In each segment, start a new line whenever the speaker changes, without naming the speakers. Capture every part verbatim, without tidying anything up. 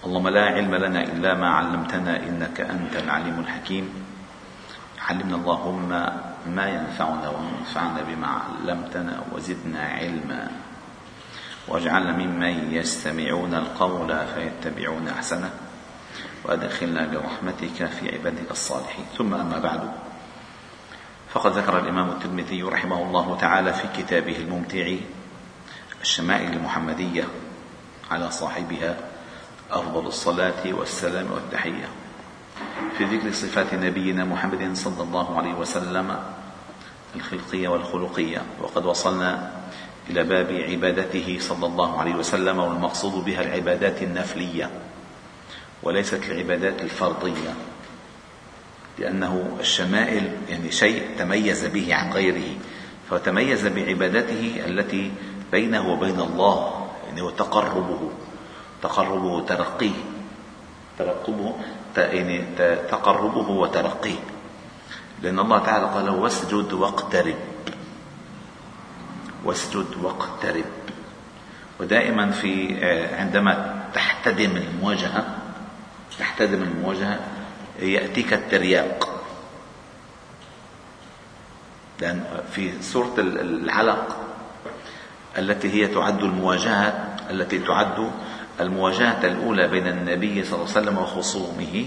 اللهم لا علم لنا إلا ما علمتنا إنك أنت العليم الحكيم. علمنا اللهم ما ينفعنا وانفعنا بما علمتنا وزدنا علما، واجعلنا ممن يستمعون القول فيتبعون أحسنه، وأدخلنا برحمتك في عبادك الصالحين. ثم أما بعد، فقد ذكر الإمام الترمذي رحمه الله تعالى في كتابه الممتع الشمائل المحمدية على صاحبها أفضل الصلاة والسلام والتحية في ذكر صفات نبينا محمد صلى الله عليه وسلم الخلقية والخلقية، وقد وصلنا إلى باب عبادته صلى الله عليه وسلم، والمقصود بها العبادات النفلية وليست العبادات الفرضية، لأنه الشمائل يعني شيء تميز به عن غيره، فتميز بعبادته التي بينه وبين الله، يعني هو تقربه تقربه ترقيه ترقبه يعني تقربه وترقيه، لأن الله تعالى قال واسجد واقترب واسجد واقترب. ودائما في عندما تحتدم المواجهة تحتدم المواجهة يأتيك الترياق، لأن في سورة العلق التي هي تعد المواجهة التي تعد المواجهة الأولى بين النبي صلى الله عليه وسلم وخصومه،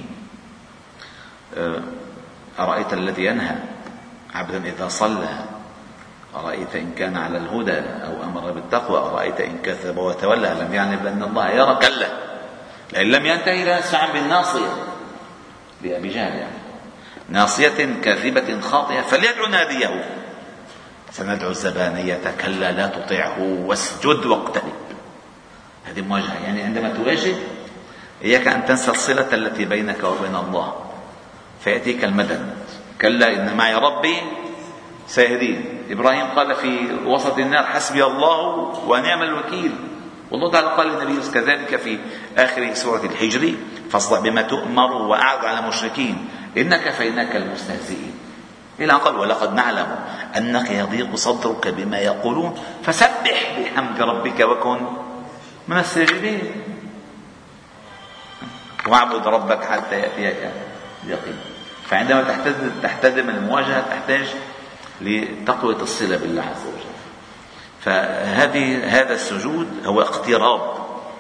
أرأيت الذي ينهى عبدا إذا صلى، أرأيت إن كان على الهدى أو أمر بالتقوى، أرأيت إن كذب وتولى، لم يعني بأن الله يرى، كلا لئن لم ينتهي لنسفعا بالناصية لأبي جهل، يعني ناصية كاذبة خاطئة فليدعو ناديه سندعو الزبانية كلا لا تطعه واسجد واقترب. هذه مواجهة، يعني عندما تواجه إياك أن تنسى الصلة التي بينك وبين الله، فيأتيك المدد كلا إن معي ربي سيهدين. إبراهيم قال في وسط النار حسبي الله ونعم الوكيل، والله تعالى قال للنبي كذلك في آخر سورة الحجر فاصدع بما تؤمر وأعرض على المشركين إنك فإنك المستهزئين، إلى أن قال ولقد نعلم أنك يضيق صدرك بما يقولون فسبح بحمد ربك وكن من الساجدين واعبد ربك حتى يأتيك اليقين. فعندما تحتدم, تحتدم المواجهة تحتاج لتقوية الصلة بالله عز وجل. فهذه هذا السجود هو اقتراب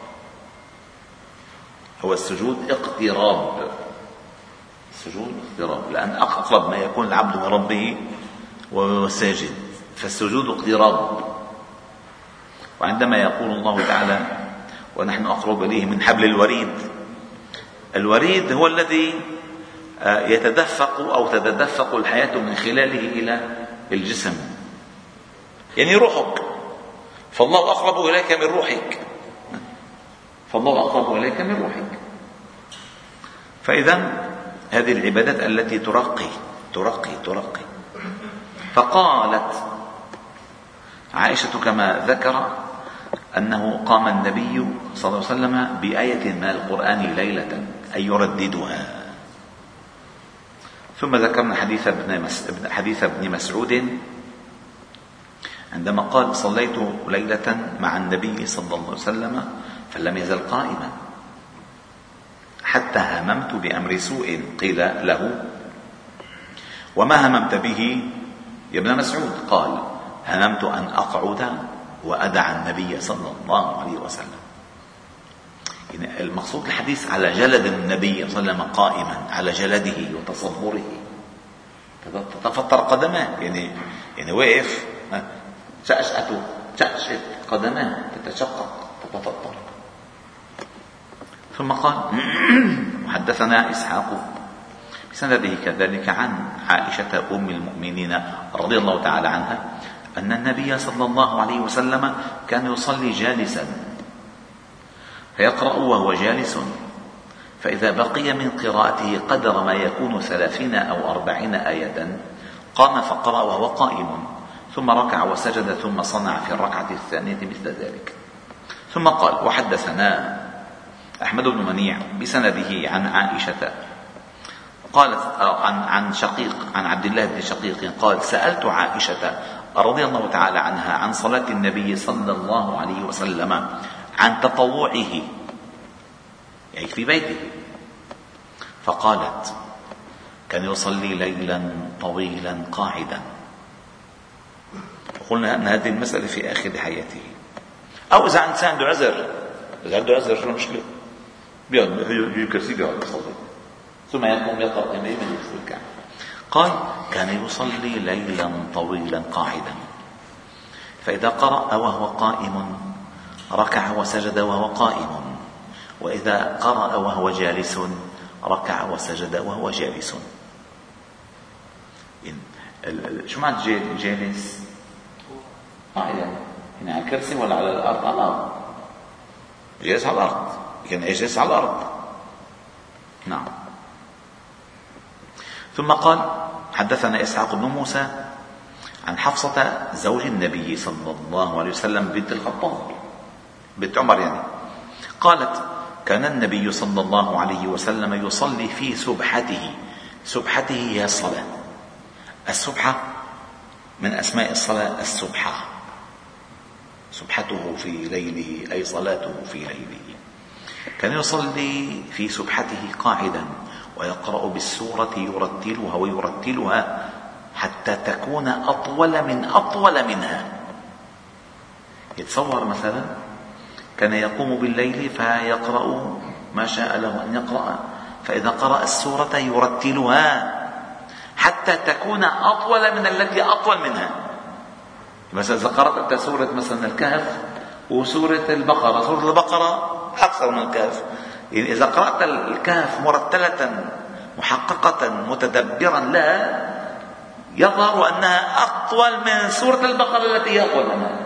هو السجود اقتراب السجود اقتراب لأن أقرب ما يكون العبد من ربه وهو ساجد، فالسجود اقتراب. وعندما يقول الله تعالى ونحن أقرب إليه من حبل الوريد، الوريد هو الذي يتدفق أو تتدفق الحياة من خلاله إلى الجسم، يعني روحك، فالله أقرب إليك من روحك فالله أقرب إليك من روحك. فإذا هذه العبادات التي ترقي ترقي ترقي فقالت عائشة كما ذكر أنه قام النبي صلى الله عليه وسلم بآية من القرآن ليلة أي يرددها. ثم ذكرنا حديث ابن حديث ابن مسعود عندما قال صليت ليلة مع النبي صلى الله عليه وسلم فلم يزل قائما حتى هممت بأمر سوء، قيل له وما هممت به يا ابن مسعود؟ قال هممت أن أقعد وأدع النبي صلى الله عليه وسلم. يعني المقصود الحديث على جلد النبي صلى الله عليه وسلم قائما، على جلده وتصبره، تتفطر قدماه، يعني يعني واقف شأشأته شأشأت قدماه تتشقق تتفطر. ثم قال وحدثنا إسحاق بسنده كذلك عن عائشة أم المؤمنين رضي الله تعالى عنها أن النبي صلى الله عليه وسلم كان يصلي جالسا فيقرأ وهو جالس، فإذا بقي من قراءته قدر ما يكون ثلاثين أو أربعين آية قام فقرأ وهو قائم، ثم ركع وسجد، ثم صنع في الركعة الثانية مثل ذلك. ثم قال وحدثنا أحمد بن منيع بسنده عن عائشة قالت عن عن شقيق عن عبد الله بن شقيق قال سألت عائشة رضي الله تعالى عنها عن صلاة النبي صلى الله عليه وسلم عن تطوعه، يعني في بيته. فقالت كان يصلي ليلا طويلا قاعدا. وقلنا أن هذه المسألة في آخر حياته، أو إذا إنسان عنده عذر، إذا عنده عذر شو المشكلة؟ بيقعد يكرسي بيقعد يصلي ثم يقوم يقرأ يمين يدخل الكعبة. قال كان يصلي ليلا طويلا قاعدا، فإذا قرأ وهو قائم ركع وسجد وهو قائم، وإذا قرأ وهو جالس ركع وسجد وهو جالس. شو معنى جالس؟ قاعدا هنا على الكرسي ولا على الأرض؟ على الأرض. جالس على الأرض، كان يجلس على الأرض. نعم. ثم قال حدثنا إسحاق بن موسى عن حفصة زوج النبي صلى الله عليه وسلم بنت الخطاب بنت عمر يعني، قالت كان النبي صلى الله عليه وسلم يصلي في سبحته. سبحته هي الصلاة. السبحة من أسماء الصلاة السبحة، سبحته في ليله أي صلاته في ليله. كان يصلي في سبحته قاعدا ويقرأ بالسورة يرتلها ويرتلها حتى تكون أطول من أطول منها. يتصور مثلا كان يقوم بالليل فيقرأ ما شاء له أن يقرأ، فإذا قرأ السورة يرتلها حتى تكون أطول من التي أطول منها. مثلا إذا قرأت أنت سورة مثلا الكهف وسورة البقرة، سورة البقرة أكثر من الكهف، يعني إذا قرأت الكهف مرتلة محققة متدبرا لها يظهر أنها أطول من سورة البقرة التي هي أطول منها.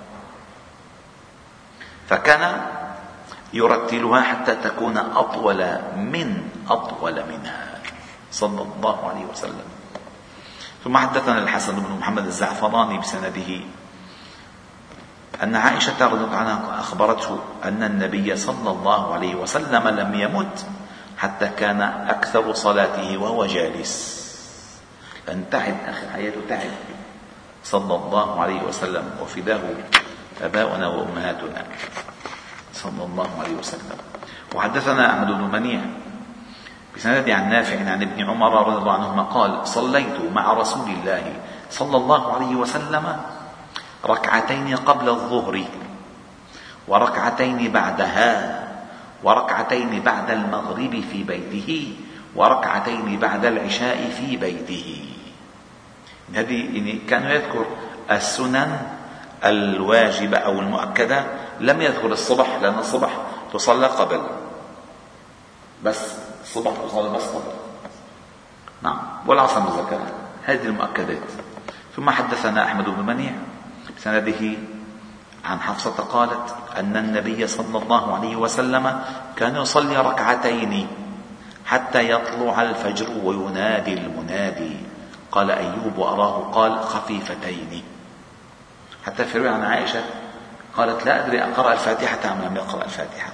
فكان يرتلها حتى تكون أطول من أطول منها صلى الله عليه وسلم. ثم حدثنا الحسن بن محمد الزعفراني بسنده أن عائشة رضي الله عنها أخبرته أن النبي صلى الله عليه وسلم لم يمت حتى كان أكثر صلاته وهو جالس. لأن تعب آخر حياته تعب صلى الله عليه وسلم، وفداه أباؤنا وأمهاتنا صلى الله عليه وسلم. وحدثنا أحمد بن منيع بسند عن نافع عن ابن عمر رضي الله عنهما قال صليت مع رسول الله صلى الله عليه وسلم ركعتين قبل الظهر وركعتين بعدها وركعتين بعد المغرب في بيته وركعتين بعد العشاء في بيته. هذه يعني كانوا يذكر السنن الواجبة أو المؤكدة، لم يذكر الصبح لأن الصبح تصلى قبل، بس الصبح تصلى بس قبل. نعم. والعصر ذكر هذه المؤكدات. ثم حدثنا أحمد بن منيع بسنده عن حفصة قالت أن النبي صلى الله عليه وسلم كان يصلي ركعتين حتى يطلع الفجر وينادي المنادي. قال أيوب أراه قال خفيفتين. حتى في رواية عن عائشة قالت لا أدري أقرأ الفاتحة أم لم يقرأ الفاتحة،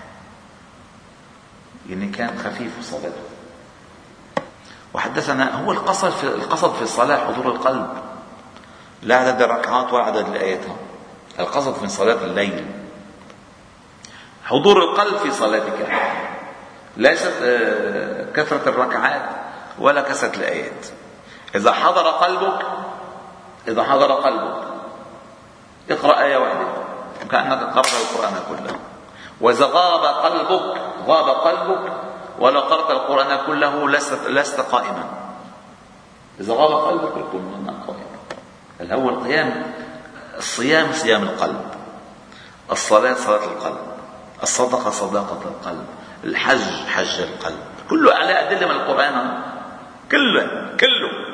يعني كان خفيف صلاته. وحدثنا هو القصد في القصد في الصلاة حضور القلب، لا عدد الركعات ولا عدد الآيات. القصد في صلاة الليل حضور القلب في صلاتك، ليست كثرة الركعات ولا كثرة الآيات. إذا حضر قلبك إذا حضر قلبك اقرأ آية واحدة كأنك قرأت القرآن كله. وإذا غاب قلبك غاب قلبك ولو قرأت القرآن كله لست لست قائما. إذا غاب قلبك يكون قائما. هو القيام الصيام صيام القلب، الصلاة صلاة القلب، الصدقة صدقة القلب، الحج حج القلب، كله على أدلة من القرآن. كله كله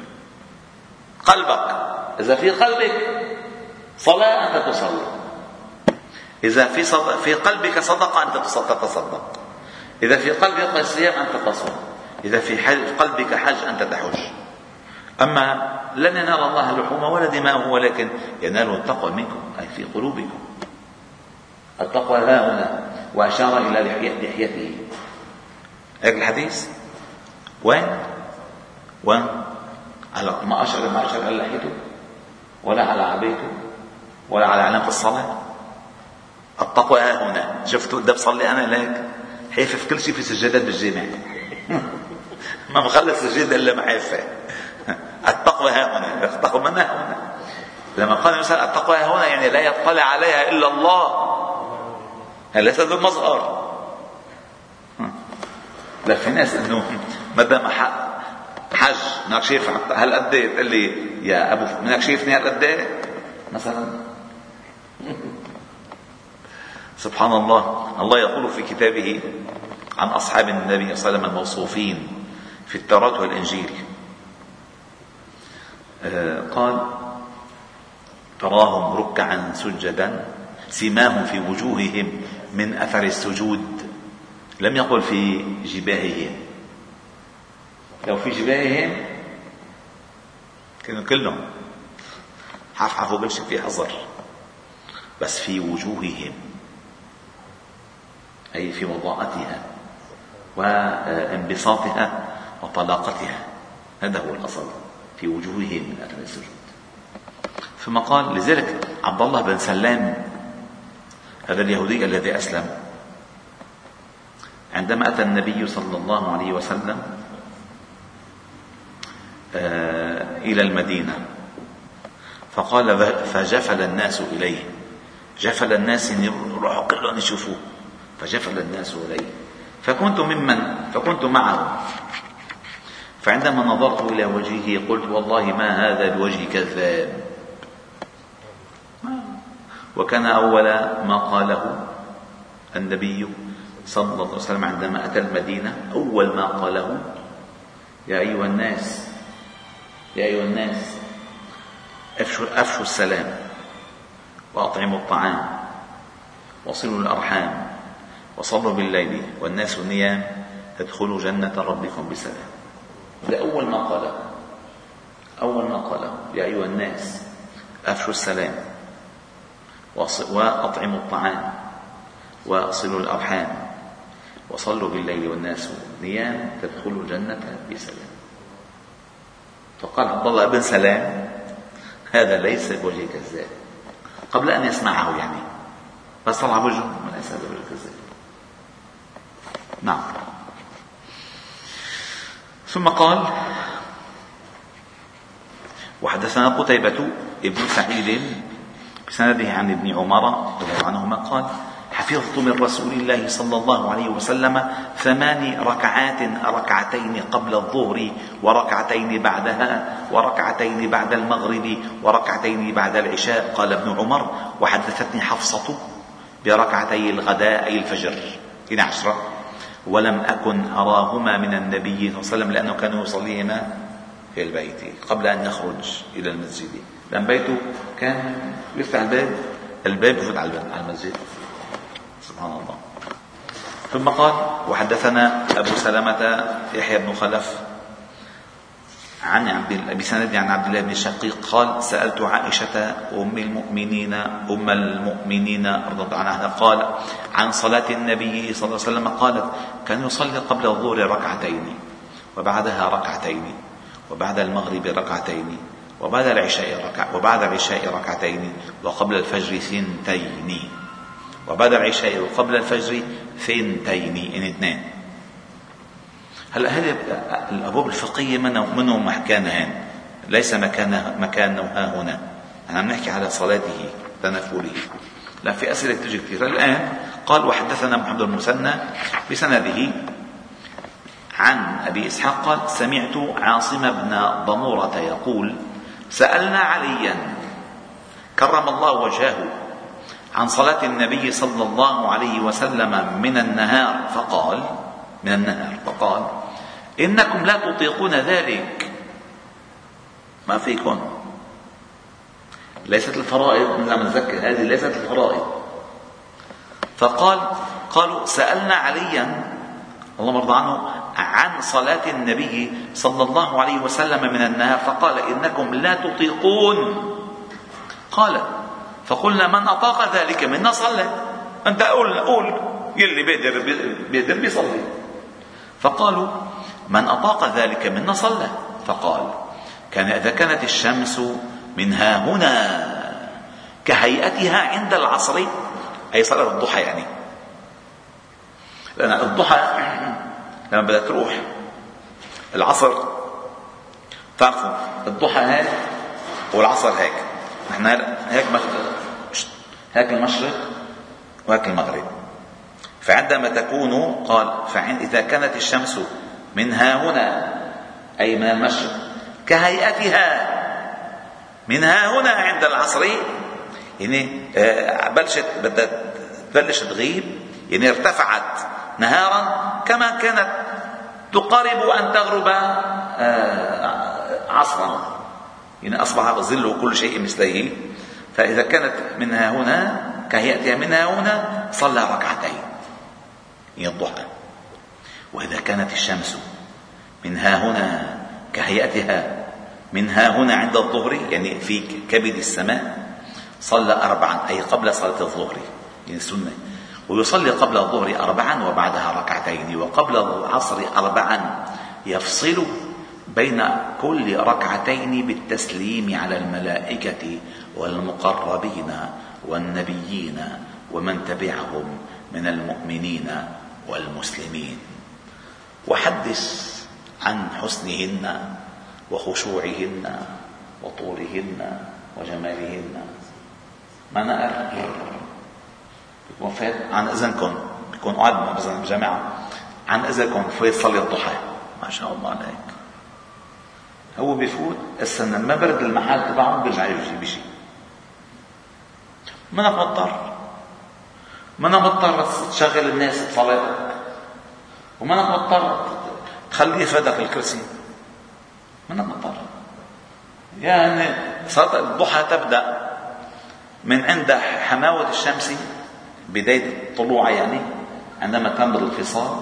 قلبك. إذا في قلبك صلاة أنت تصلي، إذا في صد... في قلبك صدقة أنت تتصدق، إذا في قلبك صيام أنت تصوم، إذا في حج... قلبك حج أنت تحج. أما لن ينال الله لحومه ولا دماؤه ولكن ينال التقوى منكم أي في قلوبكم. التقوى ها هنا، وأشار إلى لحيته. هيك الحديث وين وين على ما أشر ما أشر على لحيته ولا على عبيته ولا على علامة الصلاة. التقوى ها هنا. شفتوا ده بصلي أنا لك حيفة كل شيء في سجادات بالجامع. ما مخلص سجادة إلا معافة. التقوى ها هنا، التقوى من هنا. لما قال مثلا التقوى ها هنا يعني لا يطلع عليها إلا الله، هل ليس ذو المظهر. لا في ناس انه ما دام حج منك شايف هالقد تقول لي يا ابو منك شايفني هالقد مثلا. سبحان الله. الله يقول في كتابه عن اصحاب النبي صلى الله عليه وسلم الموصوفين في التوراة والانجيل، قال تراهم ركعا سجدا سيماهم في وجوههم من اثر السجود. لم يقل في جباههم، لو في جباههم كانوا كلهم حفحفوا كل شيء في حذر، بس في وجوههم أي في وضاءتها وانبساطها وطلاقتها، هذا هو الأصل في وجوههم من أثر السجود. ثم قال لذلك عبد الله بن سلام هذا اليهودي الذي أسلم عندما أتى النبي صلى الله عليه وسلم إلى المدينة فقال فجفل الناس إليه، جفل الناس يروحوا كلهم يشوفوه، فجفل الناس إليه فكنت ممن فكنت معه، فعندما نظرت إلى وجهه قلت والله ما هذا بوجه كذاب. وكان أول ما قاله النبي صلى الله عليه وسلم عندما أتى المدينة، أول ما قاله يا أيها الناس يا أيها الناس أفشوا, أفشوا السلام وأطعموا الطعام وصلوا الأرحام وصلوا بالليل والناس نيام تدخلوا جنة ربكم بسلام. هذا أول ما قاله، أول ما قاله يا أيها الناس أفشوا السلام وأطعموا الطعام وصلوا الأرحام وصلوا بالليل والناس نيام تدخلوا جنة بسلام. فقال عبد الله بن سلام هذا ليس بوجه كذاب، قبل أن يسمعه يعني، بس طلع وجهه ليس بوجه كذاب. نعم. ثم قال وحدثنا قتيبة ابن سعيد بسنده عن ابن عمر رضي الله عنهما قال حفظت من رسول الله صلى الله عليه وسلم ثمان ركعات، ركعتين قبل الظهر وركعتين بعدها وركعتين بعد المغرب وركعتين بعد العشاء. قال ابن عمر وحدثتني حفصة بركعتي الغداء أي الفجر إلى عشرة، ولم أكن أراهما من النبي صلى الله عليه وسلم لأنه كانوا يصليهما في البيت قبل أن يخرج إلى المسجد، لأن بيته كان يفتح الباب الباب يفوت على المسجد. سبحان الله. ثم قال وحدثنا أبو سلمة يحيى بن خلف عن عبد بسند عن عبد الله بن شقيق قال سألت عائشة أم المؤمنين أم المؤمنين رضي الله عنها قال عن صلاة النبي صلى الله عليه وسلم قالت كان يصلي قبل الظهر ركعتين وبعدها ركعتين وبعد المغرب ركعتين وبعد العشاء ركع وبعد العشاء ركعتين وقبل الفجر ثنتين وبعد العشاء وقبل الفجر ثنتين يعني اثنين. هلا هذه الابواب الفقهيه منه مكانها، ليس مكانه مكانه ها هنا، انا بنحكي على صلاته تنفله. لا في اسئله تجي كثير. الان قال وحدثنا محمد المثنى بسنده عن ابي اسحاق قال سمعت عاصم بن ضمورة يقول سألنا عليا كرم الله وجهه عن صلاة النبي صلى الله عليه وسلم من النهار فقال من النهار فقال إنكم لا تطيقون ذلك، ما فيكم، ليست الفرائض مثل ما نذكر، هذه ليست الفرائض. فقال قالوا سألنا عليا الله مرضى عنه عن صلاة النبي صلى الله عليه وسلم من النهار فقال إنكم لا تطيقون. قال فقلنا من أطاق ذلك منا صلى، أنت أقول قول يلي بيقدر بيقدر بيصلي. فقالوا من أطاق ذلك منا صلى. فقال كان إذا كانت الشمس من ها هنا كهيئتها عند العصر أي صلاة الضحى يعني لأن الضحى لما بدها تروح العصر، تعرفوا الضحى هيك والعصر هيك، نحن هيك هيك المشرق وهيك المغرب. فعندما تكون قال فعند إذا كانت الشمس من ها هنا أي من المشرق كهيئتها من ها هنا عند العصر، يعني بلشت بدها تبلش تغيب، يعني ارتفعت نهارا كما كانت تقارب أن تغرب عصرا، يعني أصبح ظل كل شيء مثله. فإذا كانت منها هنا كهيئتها منها هنا صلى ركعتين هي الضحى. وإذا كانت الشمس منها هنا كهيئتها منها هنا عند الظهر، يعني في كبد السماء، صلى أربعا أي قبل صلاة الظهر، يعني السنة. ويصلي قبل الظهر أربعا وبعدها ركعتين، وقبل العصر أربعا، يفصل بين كل ركعتين بالتسليم على الملائكة والمقربين والنبيين ومن تبعهم من المؤمنين والمسلمين. وحدث عن حسنهن وخشوعهن وطولهن وجمالهن. ما نقر بيكون فات عن إذنكم، بيكون قاعد مثلا بجامعة عن إذنكم فايت صلي الضحى، ما شاء الله عليك. هو بيفوت السنة ما برد المحل تبعهم بيرجع يجي بشي. ما أنا مضطر ما أنا مضطر تشغل الناس بصلاتك، وما أنا مضطر تخليه فدك الكرسي، ما أنا مضطر. يعني صلاة الضحى تبدأ من عند حماوة الشمس بداية الطلوع، يعني عندما تمر الفصال،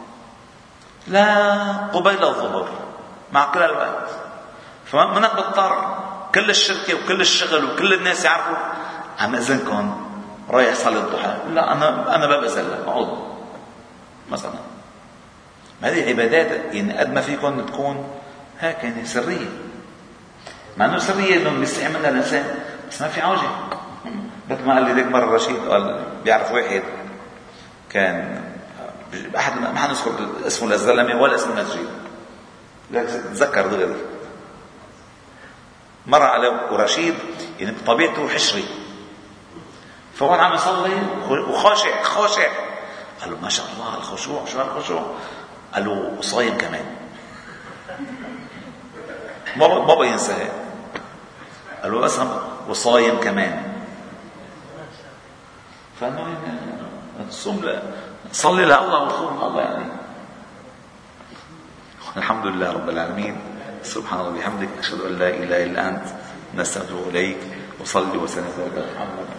لا قبيل الظهر مع كل الوقت. فما أنا مضطر كل الشركة وكل الشغل وكل الناس يعرفوا عن إذنكم رايح صلي الضحى. لا أنا أنا ببذل أقعد مثلا. هذه عبادات يعني قد ما فيكم تكون هيك يعني سرية، مع أنه سرية إنه بيستعملها الإنسان، بس ما في عوجة. مثل ما قال لي ذيك مرة رشيد، قال بيعرف واحد كان أحد ما حنذكر اسمه للزلمة ولا اسم المسجد، لكن تذكر دغري مرة على ورشيد يعني بطبيعته حشري، فهو عم يصلي وخاشع خاشع. قال له ما شاء الله الخشوع، شو هالخشوع؟ قال له صايم كمان، ما ما بينساه. قال له بس وصايم كمان. فانه الصوم صلي لله وصوم الله يعني. الحمد لله رب العالمين، سبحان الله وبحمدك، اشهد ان لا اله الا انت، نستغفرك اليك، وصلي وسلم على محمد.